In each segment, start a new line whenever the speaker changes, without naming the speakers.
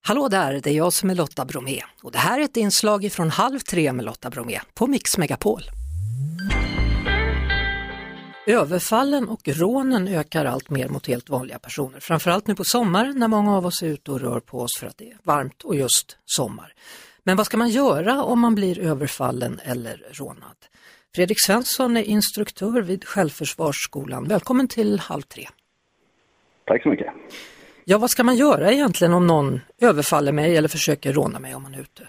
Hallå där, det är jag som är Lotta Bromé och det här är ett inslag från 2:30 med Lotta Bromé på Mix Megapol. Överfallen och rånen ökar allt mer mot helt vanliga personer. Framförallt nu på sommaren när många av oss är ute och rör på oss för att det är varmt och just sommar. Men vad ska man göra om man blir överfallen eller rånad? Fredrik Svensson är instruktör vid Självförsvarsskolan. Välkommen till 2:30.
Tack så mycket.
Ja, vad ska man göra egentligen om någon överfaller mig eller försöker råna mig om man är ute?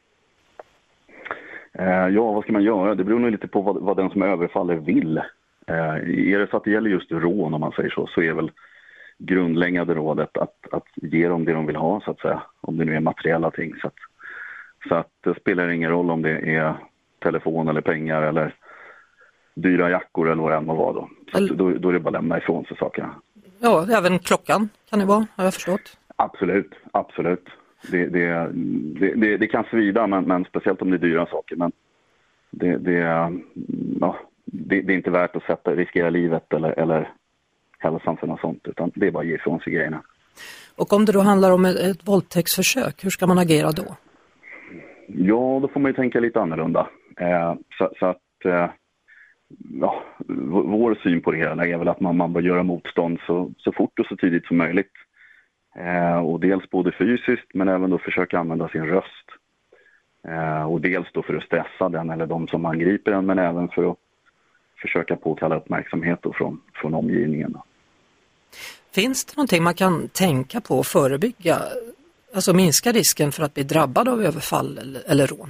Ja, vad ska man göra? Det beror nog lite på vad den som överfaller vill. Är det så att det gäller just rån, om man säger så är väl grundläggande rådet att ge dem det de vill ha, så att säga. Om det nu är materiella ting. Så att det spelar ingen roll om det är telefon eller pengar eller dyra jackor eller vad det än må vara då. Så då är det bara att lämna ifrån sig sakerna. Ja,
även klockan kan det vara, har jag förstått.
Absolut. Det kan svida, men speciellt om det är dyra saker. Men det är inte värt att riskera livet eller hälsan för något sånt, utan det är bara att ge ifrån sig grejerna.
Och om det då handlar om ett våldtäktsförsök, hur ska man agera då?
Ja, då får man ju tänka lite annorlunda. Vår syn på det hela är väl att man bör göra motstånd så fort och så tidigt som möjligt. Och dels både fysiskt, men även då försöka använda sin röst. Och dels då för att stressa den eller de som angriper den, men även för att försöka påkalla uppmärksamhet då från omgivningen då.
Finns det någonting man kan tänka på och förebygga, alltså minska risken för att bli drabbad av överfall eller rån?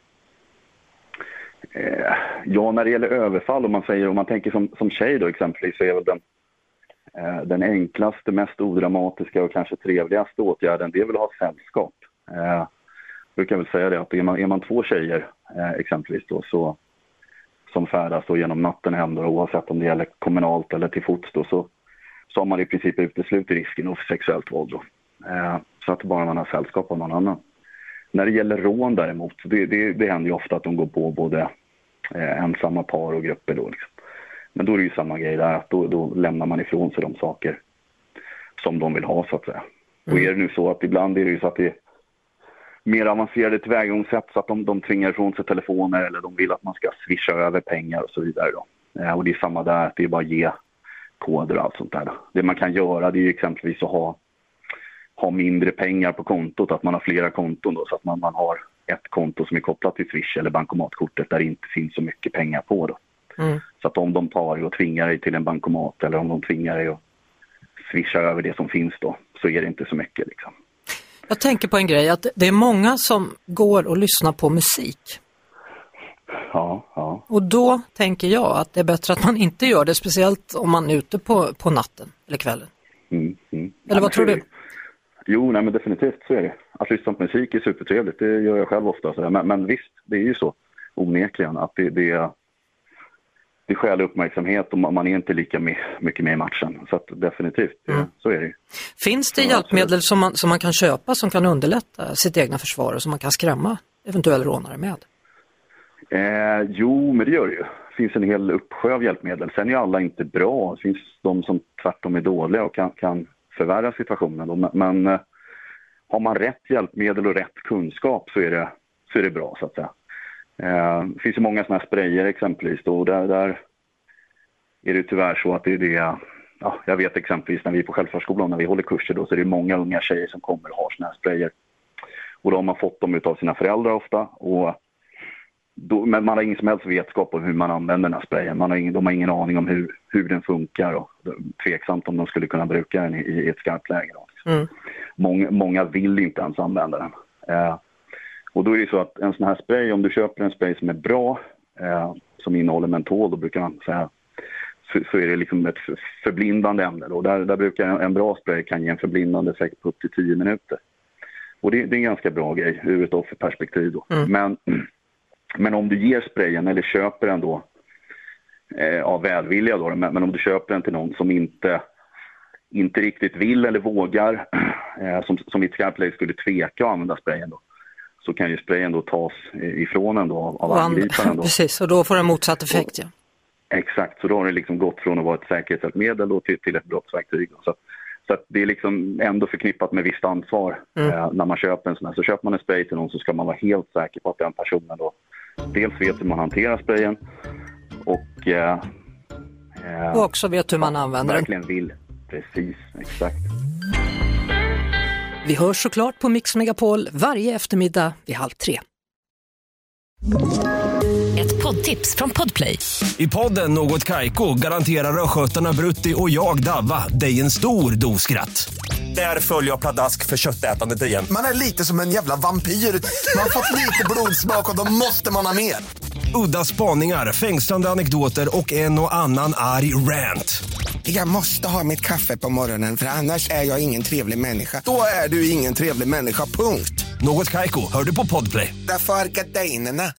Ja, när det gäller överfall, om man tänker som tjej då exempelvis, så är väl den enklaste, mest odramatiska och kanske trevligaste åtgärden, det är väl att ha sällskap. Jag brukar väl säga det, att är man 2 tjejer exempelvis då, så som färdas då genom natten hem då, oavsett om det gäller kommunalt eller till fots då, så har man i princip uteslutit risken för sexuellt våld då. Så att bara man har sällskap av någon annan. När det gäller rån däremot, det händer ju ofta att de går på både ensamma par och grupper då liksom. Men då är det ju samma grej där, att då lämnar man ifrån sig de saker som de vill ha, så att säga. Och är det nu så att ibland är det ju så att det är mer avancerade tillvägagångssätt, så att de tvingar ifrån sig telefoner eller de vill att man ska swisha över pengar och så vidare då. Och det är samma där, att det är bara att ge koder och allt sånt där då. Det man kan göra, det är ju exempelvis att ha mindre pengar på kontot, att man har flera konton då, så att man har ett konto som är kopplat till Swish eller bankomatkortet där det inte finns så mycket pengar på då. Så att om de tar och tvingar dig till en bankomat eller om de tvingar dig att swisha över det som finns då, så är det inte så mycket liksom.
Jag tänker på en grej, att det är många som går och lyssnar på musik.
Ja.
Och då tänker jag att det är bättre att man inte gör det, speciellt om man är ute på natten eller kvällen. Eller vad tror du?
Jo, nej men definitivt så är det. Att lyssna på musik är supertrevligt, det gör jag själv ofta. Men visst, det är ju så onekligen att det skäl uppmärksamhet och man är inte lika mycket med i matchen. Så att definitivt, så är det.
Finns det hjälpmedel som man kan köpa som kan underlätta sitt egna försvar och som man kan skrämma eventuella rånare med?
Jo, men det gör det ju. Det finns en hel uppsjö av hjälpmedel. Sen är alla inte bra. Det finns de som tvärtom är dåliga och kan förvärra situationen då. Men har man rätt hjälpmedel och rätt kunskap så är det bra, så att säga. Det finns ju många sådana här sprayer exempelvis då, och där är det tyvärr så att jag vet exempelvis när vi är på Självförsvarsskolan, när vi håller kurser då, så är det många unga tjejer som kommer och har sådana här sprayer. Och då har man fått dem av sina föräldrar ofta, men man har ingen som helst vetskap om hur man använder den här sprayen. De har ingen aning om hur den funkar och tveksamt om de skulle kunna bruka den i ett skarpt läge då. Många vill inte ens använda den. Och då är det så att en sån här spray, om du köper en spray som är bra, som innehåller mentol, då brukar man säga, så är det liksom ett förblindande ämne då. Där brukar en bra spray kan ge en förblindande effekt på upp till 10 minuter. Och det är en ganska bra grej ur ett offerperspektiv då. Men om du ger sprayen eller köper den då av välvilja då, men om du köper den till någon som inte riktigt vill eller vågar, som i ett skarpt läge skulle tveka att använda sprayen då, så kan ju sprayen då tas ifrån en då av angriparen då.
Precis, och då får den motsatt effekt, ja.
Exakt, så då har det liksom gått från att vara ett säkerhetshjälpmedel då till ett brottsverktyg. Så Så att det är liksom ändå förknippat med visst ansvar när man köper en sån här. Så köper man en spray till någon så ska man vara helt säker på att den personen då dels vet hur man hanterar sprayen och
också vet hur man använder den.
Verkligen vill. Precis, exakt.
Vi hörs såklart på Mix Megapol varje eftermiddag vid 14:30.
Ett poddtips från Podplay.
I podden Något Kaiko garanterar röskötarna Brutti och jag Davva dig en stor doskratt. Där följer jag pladask för köttätandet igen.
Man är lite som en jävla vampyr. Man har fått lite blodsmak och då måste man ha mer.
Udda spaningar, fängslande anekdoter och en och annan arg rant.
Jag måste ha mitt kaffe på morgonen för annars är jag ingen trevlig människa. Då är du ingen trevlig människa, punkt.
Något Kaiko, hör du på Podplay.
Därför är gardinerna.